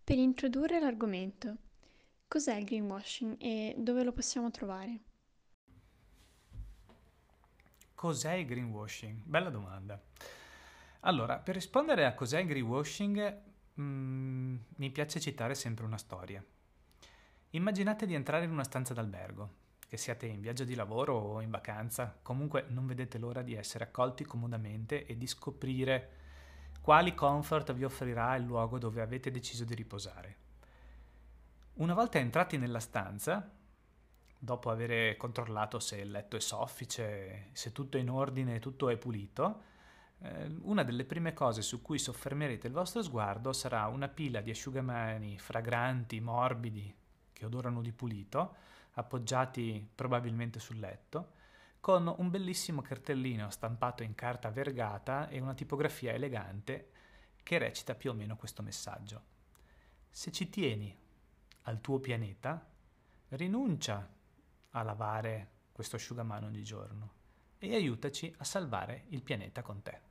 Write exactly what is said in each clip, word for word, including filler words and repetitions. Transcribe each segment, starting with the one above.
Per introdurre l'argomento, cos'è il greenwashing e dove lo possiamo trovare? Cos'è il greenwashing? Bella domanda. Allora, per rispondere a cos'è il greenwashing, mm, mi piace citare sempre una storia. Immaginate di entrare in una stanza d'albergo, che siate in viaggio di lavoro o in vacanza, comunque non vedete l'ora di essere accolti comodamente e di scoprire quali comfort vi offrirà il luogo dove avete deciso di riposare. Una volta entrati nella stanza, dopo aver controllato se il letto è soffice, se tutto è in ordine e tutto è pulito, eh, una delle prime cose su cui soffermerete il vostro sguardo sarà una pila di asciugamani fragranti, morbidi, che odorano di pulito, appoggiati probabilmente sul letto, con un bellissimo cartellino stampato in carta vergata e una tipografia elegante che recita più o meno questo messaggio. Se ci tieni al tuo pianeta, rinuncia a lavare questo asciugamano ogni giorno e aiutaci a salvare il pianeta con te.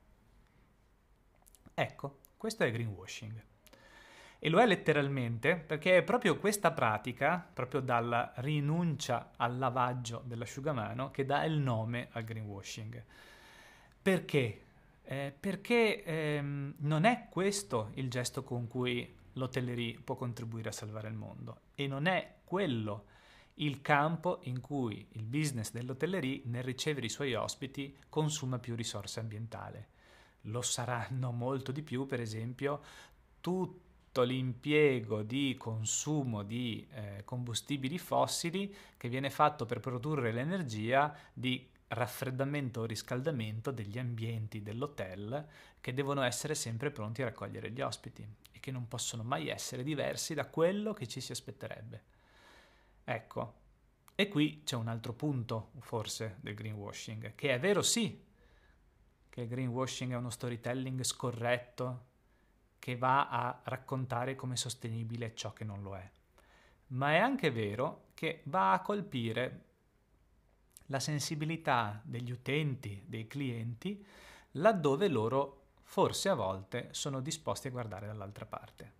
Ecco, questo è greenwashing. E lo è letteralmente perché è proprio questa pratica, proprio dalla rinuncia al lavaggio dell'asciugamano, che dà il nome al greenwashing. Perché? Eh, perché ehm, non è questo il gesto con cui l'hotellerie può contribuire a salvare il mondo e non è quello il campo in cui il business dell'hotellerie nel ricevere i suoi ospiti consuma più risorse ambientali. Lo saranno molto di più, per esempio, tutto l'impiego di consumo di eh, combustibili fossili che viene fatto per produrre l'energia di raffreddamento o riscaldamento degli ambienti dell'hotel che devono essere sempre pronti a raccogliere gli ospiti e che non possono mai essere diversi da quello che ci si aspetterebbe. Ecco, e qui c'è un altro punto, forse, del greenwashing, che è vero sì che il greenwashing è uno storytelling scorretto che va a raccontare come sostenibile ciò che non lo è, ma è anche vero che va a colpire la sensibilità degli utenti, dei clienti, laddove loro forse a volte sono disposti a guardare dall'altra parte.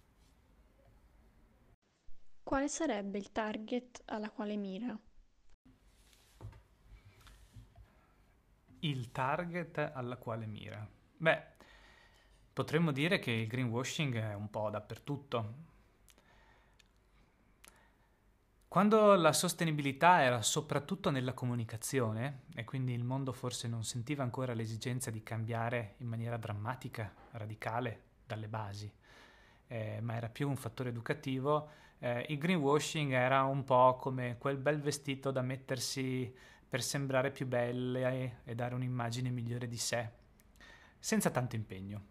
Quale sarebbe il target alla quale mira? Il target alla quale mira. Beh, potremmo dire che il greenwashing è un po' dappertutto. Quando la sostenibilità era soprattutto nella comunicazione, e quindi il mondo forse non sentiva ancora l'esigenza di cambiare in maniera drammatica, radicale, dalle basi, eh, ma era più un fattore educativo, eh, il greenwashing era un po' come quel bel vestito da mettersi per sembrare più belle e, e dare un'immagine migliore di sé, senza tanto impegno.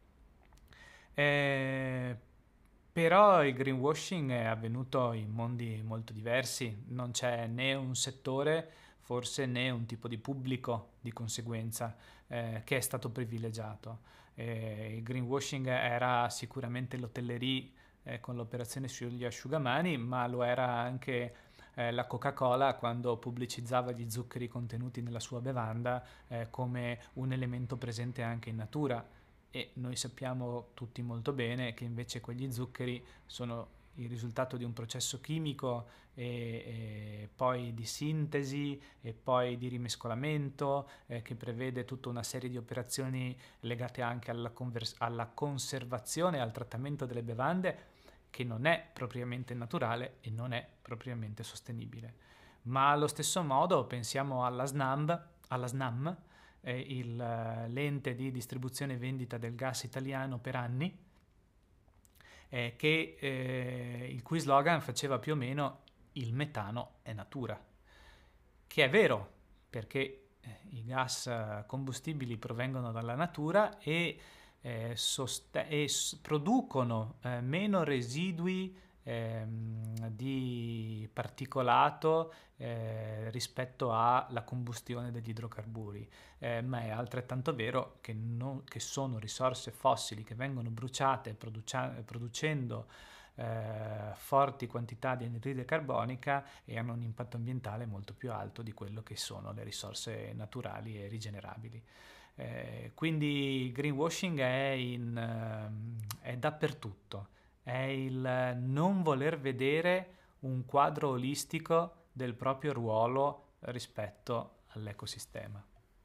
Eh, Però il greenwashing è avvenuto in mondi molto diversi, non c'è né un settore, forse né un tipo di pubblico di conseguenza eh, che è stato privilegiato. Eh, il greenwashing era sicuramente l'hotellerie eh, con l'operazione sugli asciugamani, ma lo era anche eh, la Coca-Cola quando pubblicizzava gli zuccheri contenuti nella sua bevanda eh, come un elemento presente anche in natura e noi sappiamo tutti molto bene che invece quegli zuccheri sono il risultato di un processo chimico e, e poi di sintesi e poi di rimescolamento eh, che prevede tutta una serie di operazioni legate anche alla, convers- alla conservazione e al trattamento delle bevande che non è propriamente naturale e non è propriamente sostenibile. Ma allo stesso modo pensiamo alla SNAM, alla SNAM eh, il, eh, l'ente di distribuzione e vendita del gas italiano per anni, eh, che, eh, il cui slogan faceva più o meno il metano è natura, che è vero perché eh, i gas eh, combustibili provengono dalla natura e, eh, sost- e s- producono eh, meno residui ehm, di particolato eh, rispetto alla combustione degli idrocarburi, eh, ma è altrettanto vero che, non- che sono risorse fossili che vengono bruciate producia- producendo eh, forti quantità di anidride carbonica e hanno un impatto ambientale molto più alto di quello che sono le risorse naturali e rigenerabili. Eh, quindi il greenwashing è, in, ehm, è dappertutto, è il non voler vedere un quadro olistico del proprio ruolo rispetto all'ecosistema.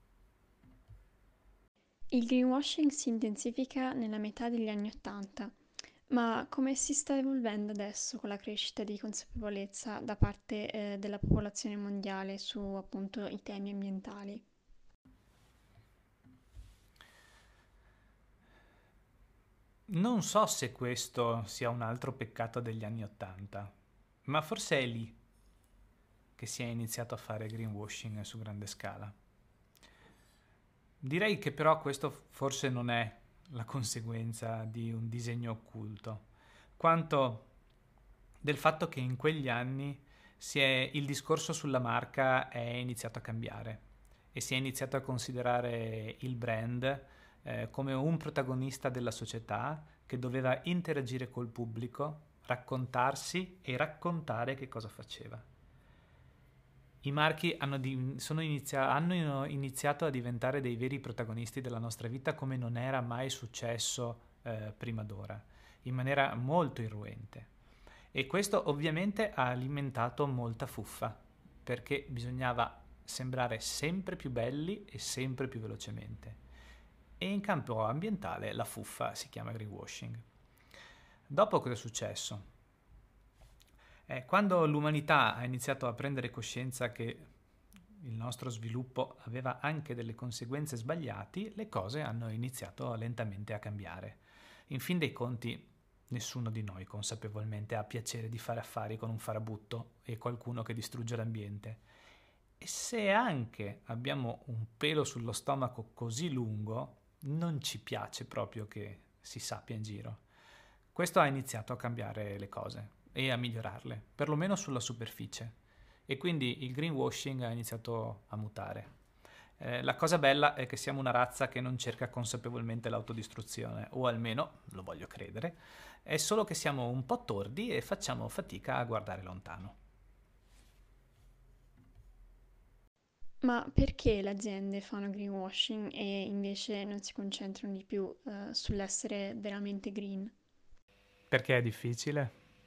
Il greenwashing si intensifica nella metà degli anni Ottanta, ma come si sta evolvendo adesso con la crescita di consapevolezza da parte, eh, della popolazione mondiale su appunto i temi ambientali? Non so se questo sia un altro peccato degli anni Ottanta, ma forse è lì che si è iniziato a fare greenwashing su grande scala. Direi che però questo forse non è la conseguenza di un disegno occulto, quanto del fatto che in quegli anni si è- il discorso sulla marca è iniziato a cambiare e si è iniziato a considerare il brand eh, come un protagonista della società che doveva interagire col pubblico, raccontarsi e raccontare che cosa faceva. I marchi hanno, di- sono inizia- hanno iniziato a diventare dei veri protagonisti della nostra vita come non era mai successo eh, prima d'ora, in maniera molto irruente. E questo ovviamente ha alimentato molta fuffa, perché bisognava sembrare sempre più belli e sempre più velocemente. E in campo ambientale la fuffa si chiama greenwashing. Dopo cosa è successo? Eh, quando l'umanità ha iniziato a prendere coscienza che il nostro sviluppo aveva anche delle conseguenze sbagliate, le cose hanno iniziato lentamente a cambiare. In fin dei conti, nessuno di noi consapevolmente ha piacere di fare affari con un farabutto e qualcuno che distrugge l'ambiente. E se anche abbiamo un pelo sullo stomaco così lungo, non ci piace proprio che si sappia in giro. Questo ha iniziato a cambiare le cose e a migliorarle, perlomeno sulla superficie. E quindi il greenwashing ha iniziato a mutare. Eh, la cosa bella è che siamo una razza che non cerca consapevolmente l'autodistruzione, o almeno, lo voglio credere, è solo che siamo un po' tordi e facciamo fatica a guardare lontano. Ma perché le aziende fanno greenwashing e invece non si concentrano di più, eh, sull'essere veramente green? Perché è difficile?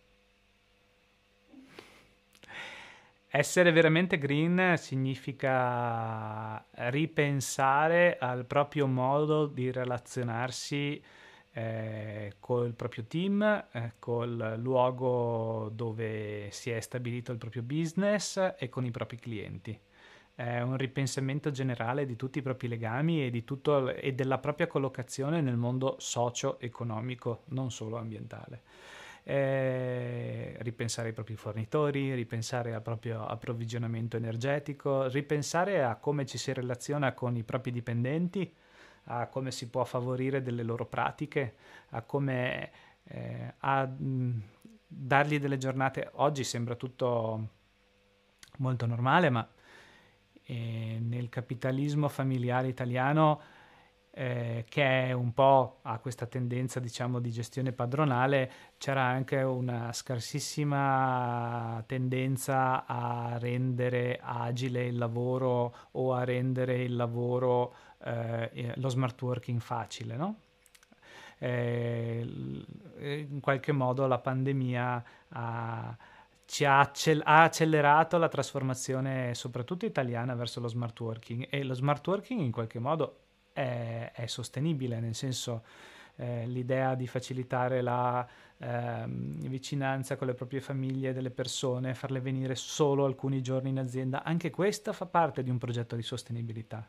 Essere veramente green significa ripensare al proprio modo di relazionarsi eh, col proprio team, eh, col luogo dove si è stabilito il proprio business e con i propri clienti. È un ripensamento generale di tutti i propri legami e, di tutto, e della propria collocazione nel mondo socio-economico, non solo ambientale. Eh, ripensare ai propri fornitori, ripensare al proprio approvvigionamento energetico, ripensare a come ci si relaziona con i propri dipendenti, a come si può favorire delle loro pratiche, a come eh, a, mh, dargli delle giornate. Oggi sembra tutto molto normale, ma eh, nel capitalismo familiare italiano, eh, che è un po' ha questa tendenza, diciamo, di gestione padronale, c'era anche una scarsissima tendenza a rendere agile il lavoro o a rendere il lavoro, eh, lo smart working facile, no? Eh, in qualche modo la pandemia ha, ci ha, accel- ha accelerato la trasformazione soprattutto italiana verso lo smart working, e lo smart working in qualche modo è, è sostenibile, nel senso, eh, l'idea di facilitare la ehm, vicinanza con le proprie famiglie delle persone, farle venire solo alcuni giorni in azienda, anche questa fa parte di un progetto di sostenibilità.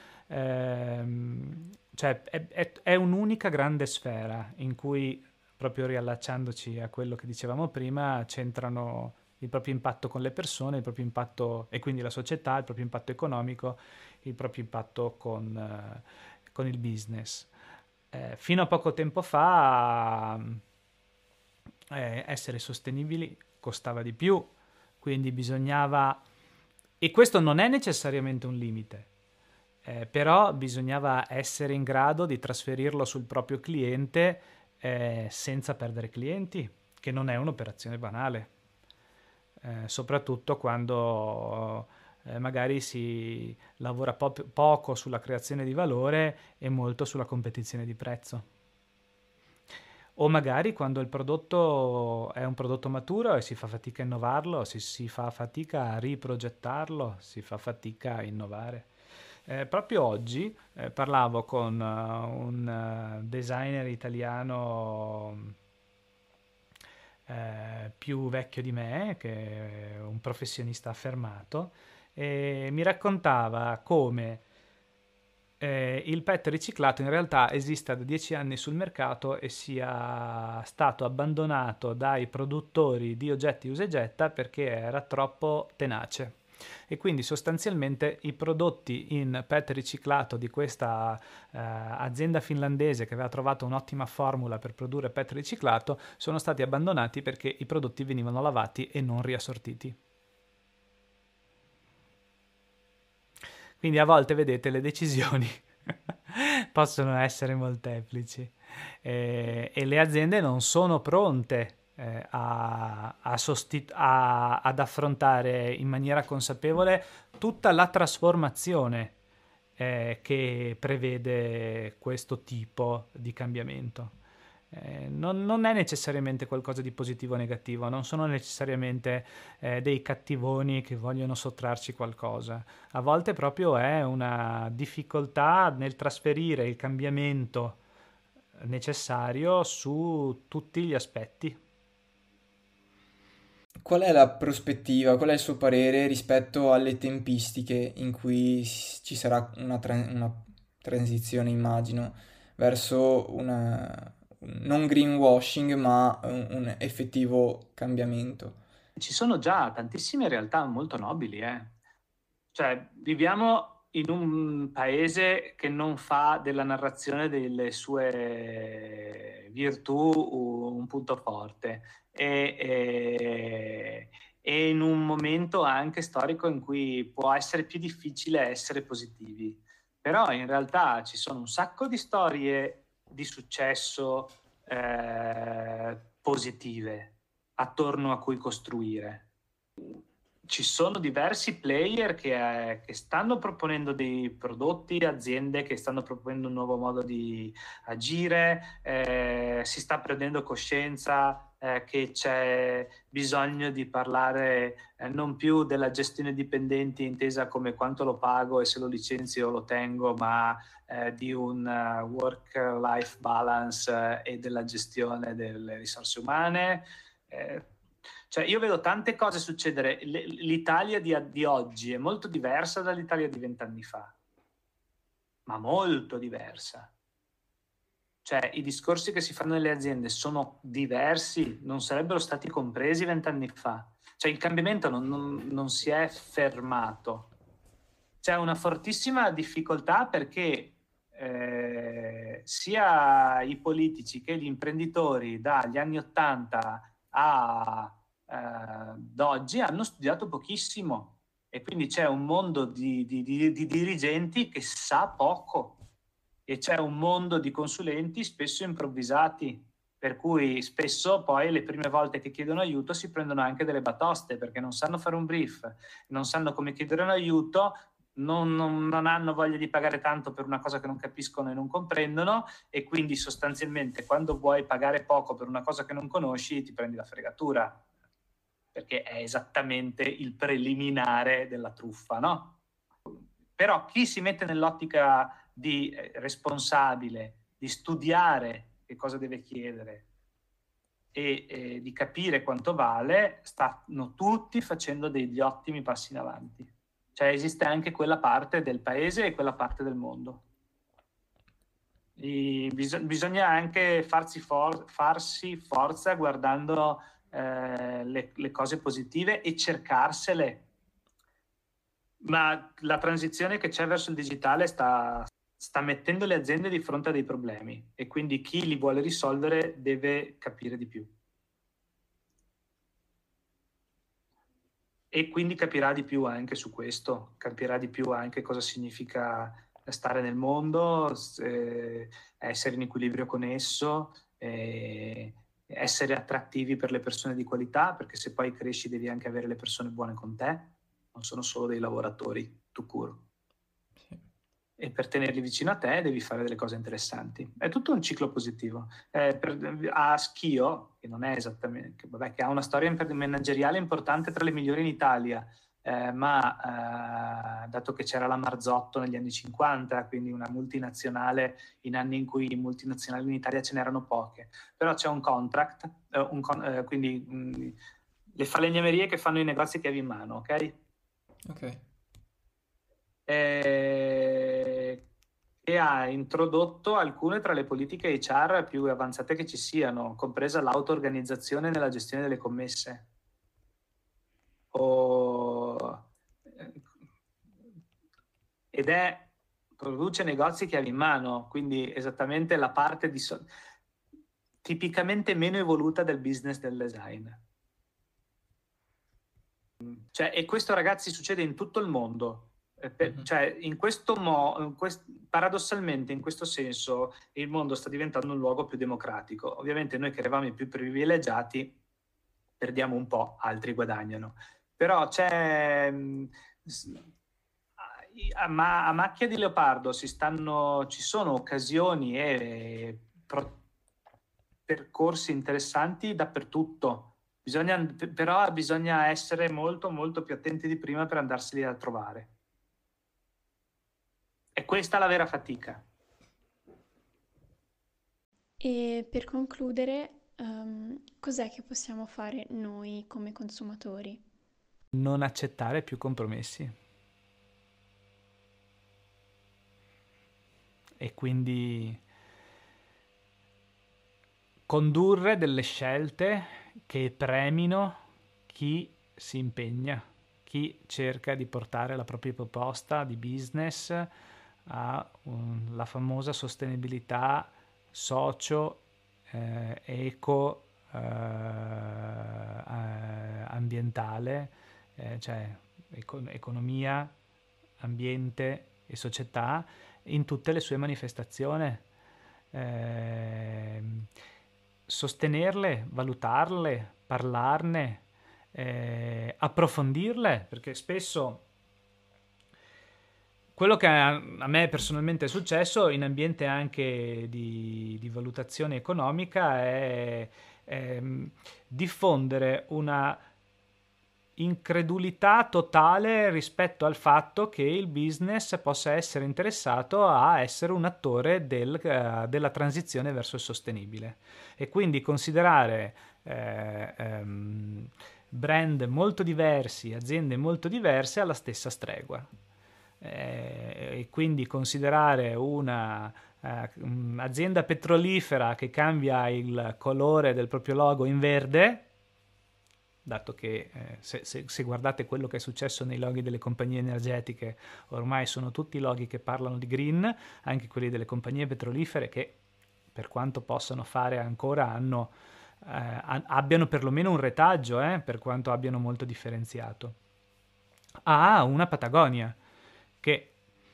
Ehm, cioè è, è- è un'unica grande sfera in cui, proprio riallacciandoci a quello che dicevamo prima, c'entrano il proprio impatto con le persone, il proprio impatto e quindi la società, il proprio impatto economico, il proprio impatto con, eh, con il business. Eh, fino a poco tempo fa eh, essere sostenibili costava di più, quindi bisognava, e questo non è necessariamente un limite, eh, però bisognava essere in grado di trasferirlo sul proprio cliente eh, senza perdere clienti, che non è un'operazione banale, eh, soprattutto quando eh, magari si lavora po- poco sulla creazione di valore e molto sulla competizione di prezzo. O magari quando il prodotto è un prodotto maturo e si fa fatica a innovarlo, si, si fa fatica a riprogettarlo, si fa fatica a innovare. Eh, proprio oggi eh, parlavo con uh, un uh, designer italiano eh, più vecchio di me, che è un professionista affermato, e mi raccontava come eh, il P E T riciclato in realtà esista da dieci anni sul mercato e sia stato abbandonato dai produttori di oggetti usa e getta perché era troppo tenace. E quindi sostanzialmente i prodotti in P E T riciclato di questa eh, azienda finlandese che aveva trovato un'ottima formula per produrre P E T riciclato sono stati abbandonati perché i prodotti venivano lavati e non riassortiti. Quindi a volte, vedete, le decisioni possono essere molteplici eh, e le aziende non sono pronte eh, a, a sostit- a- ad affrontare in maniera consapevole tutta la trasformazione eh, che prevede questo tipo di cambiamento. Eh, non, non è necessariamente qualcosa di positivo o negativo, non sono necessariamente eh, dei cattivoni che vogliono sottrarci qualcosa. A volte proprio è una difficoltà nel trasferire il cambiamento necessario su tutti gli aspetti. Qual è la prospettiva, qual è il suo parere rispetto alle tempistiche in cui s- ci sarà una, tran- una transizione, immagino, verso una, un non greenwashing, ma un, un effettivo cambiamento? Ci sono già tantissime realtà molto nobili, eh. Cioè, viviamo in un paese che non fa della narrazione delle sue virtù un punto forte e, e- e in un momento anche storico in cui può essere più difficile essere positivi. Però in realtà ci sono un sacco di storie di successo eh, positive attorno a cui costruire. Ci sono diversi player che, eh, che stanno proponendo dei prodotti, aziende che stanno proponendo un nuovo modo di agire, eh, si sta prendendo coscienza eh, che c'è bisogno di parlare eh, non più della gestione dipendenti intesa come quanto lo pago e se lo licenzio lo tengo, ma eh, di un uh, work-life balance eh, e della gestione delle risorse umane. Eh, cioè, io vedo tante cose succedere. L- L'Italia di, di oggi è molto diversa dall'Italia di vent'anni fa, ma molto diversa. Cioè, i discorsi che si fanno nelle aziende sono diversi, non sarebbero stati compresi vent'anni fa. Cioè, il cambiamento non, non- non si è fermato. C'è una fortissima difficoltà perché eh, sia i politici che gli imprenditori dagli anni ottanta a eh, ad oggi hanno studiato pochissimo e quindi c'è un mondo di, di- di- di dirigenti che sa poco e c'è un mondo di consulenti spesso improvvisati, per cui spesso poi le prime volte che chiedono aiuto si prendono anche delle batoste perché non sanno fare un brief, non sanno come chiedere un aiuto, non, non, non hanno voglia di pagare tanto per una cosa che non capiscono e non comprendono e quindi sostanzialmente quando vuoi pagare poco per una cosa che non conosci ti prendi la fregatura perché è esattamente il preliminare della truffa, no? Però chi si mette nell'ottica di eh, responsabile, di studiare che cosa deve chiedere e eh, di capire quanto vale, stanno tutti facendo degli ottimi passi in avanti. Cioè esiste anche quella parte del paese e quella parte del mondo. E bis- bisogna anche farsi, for- farsi forza guardando eh, le, le cose positive e cercarsele. Ma la transizione che c'è verso il digitale sta, sta mettendo le aziende di fronte a dei problemi e quindi chi li vuole risolvere deve capire di più. E quindi capirà di più anche su questo, capirà di più anche cosa significa stare nel mondo, eh, essere in equilibrio con esso, eh, essere attrattivi per le persone di qualità, perché se poi cresci devi anche avere le persone buone con te, non sono solo dei lavoratori, tu curo. Sì. e per tenerli vicino a te devi fare delle cose interessanti. È tutto un ciclo positivo. Eh, per, a Schio, che non è esattamente, vabbè, che ha una storia manageriale importante, tra le migliori in Italia, eh, ma eh, dato che c'era la Marzotto negli anni cinquanta, quindi una multinazionale in anni in cui multinazionali in Italia ce n'erano poche, però c'è un contract, eh, un con, eh, quindi mh, le falegnamerie che fanno i negozi chiavi in mano, ok? Ok. Eh, e ha introdotto alcune tra le politiche H R più avanzate che ci siano, compresa l'auto-organizzazione nella gestione delle commesse. O, ed è produce negozi chiavi in mano, quindi esattamente la parte di so- tipicamente meno evoluta del business del design. Cioè, e questo, ragazzi, succede in tutto il mondo. Eh, per- Mhm. Cioè, in questo modo, in quest- paradossalmente, in questo senso, il mondo sta diventando un luogo più democratico. Ovviamente noi che eravamo i più privilegiati perdiamo un po', altri guadagnano. Però c'è... mh, s- a, ma- a macchia di leopardo si stanno, ci sono occasioni e pro- percorsi interessanti dappertutto. Bisogna, però bisogna essere molto molto più attenti di prima per andarseli a trovare. E questa la vera fatica. E per concludere, ehm, cos'è che possiamo fare noi come consumatori? Non accettare più compromessi. E quindi condurre delle scelte che premino chi si impegna, chi cerca di portare la propria proposta di business a um, la famosa sostenibilità socio, eh, eco, eh, eh, ambientale, eh, cioè eco- economia, ambiente e società in tutte le sue manifestazioni. Ehm, sostenerle, valutarle, parlarne, eh, approfondirle, perché spesso quello che a, a me personalmente è successo in ambiente anche di, di valutazione economica è, ehm, diffondere una incredulità totale rispetto al fatto che il business possa essere interessato a essere un attore del, eh, della transizione verso il sostenibile e quindi considerare eh, ehm, brand molto diversi, aziende molto diverse alla stessa stregua. Eh, e quindi considerare una eh, azienda petrolifera che cambia il colore del proprio logo in verde, dato che eh, se, se, se guardate quello che è successo nei loghi delle compagnie energetiche, ormai sono tutti loghi che parlano di green, anche quelli delle compagnie petrolifere che per quanto possano fare ancora hanno, eh, abbiano perlomeno un retaggio, eh, per quanto abbiano molto differenziato. Ha una Patagonia che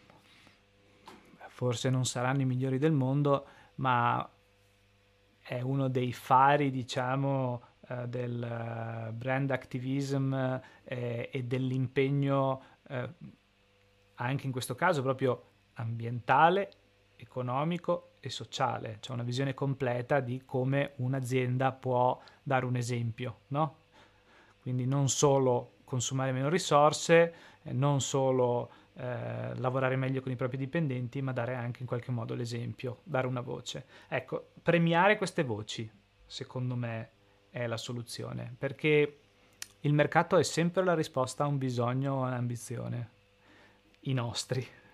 forse non saranno i migliori del mondo, ma è uno dei fari, diciamo, eh, del eh, brand activism eh, e dell'impegno eh, anche in questo caso proprio ambientale, economico e sociale, cioè una visione completa di come un'azienda può dare un esempio, no? Quindi non solo consumare meno risorse, eh, non solo eh, lavorare meglio con i propri dipendenti, ma dare anche in qualche modo l'esempio, dare una voce. Ecco, premiare queste voci, secondo me, è la soluzione, perché il mercato è sempre la risposta a un bisogno o un'ambizione, i nostri.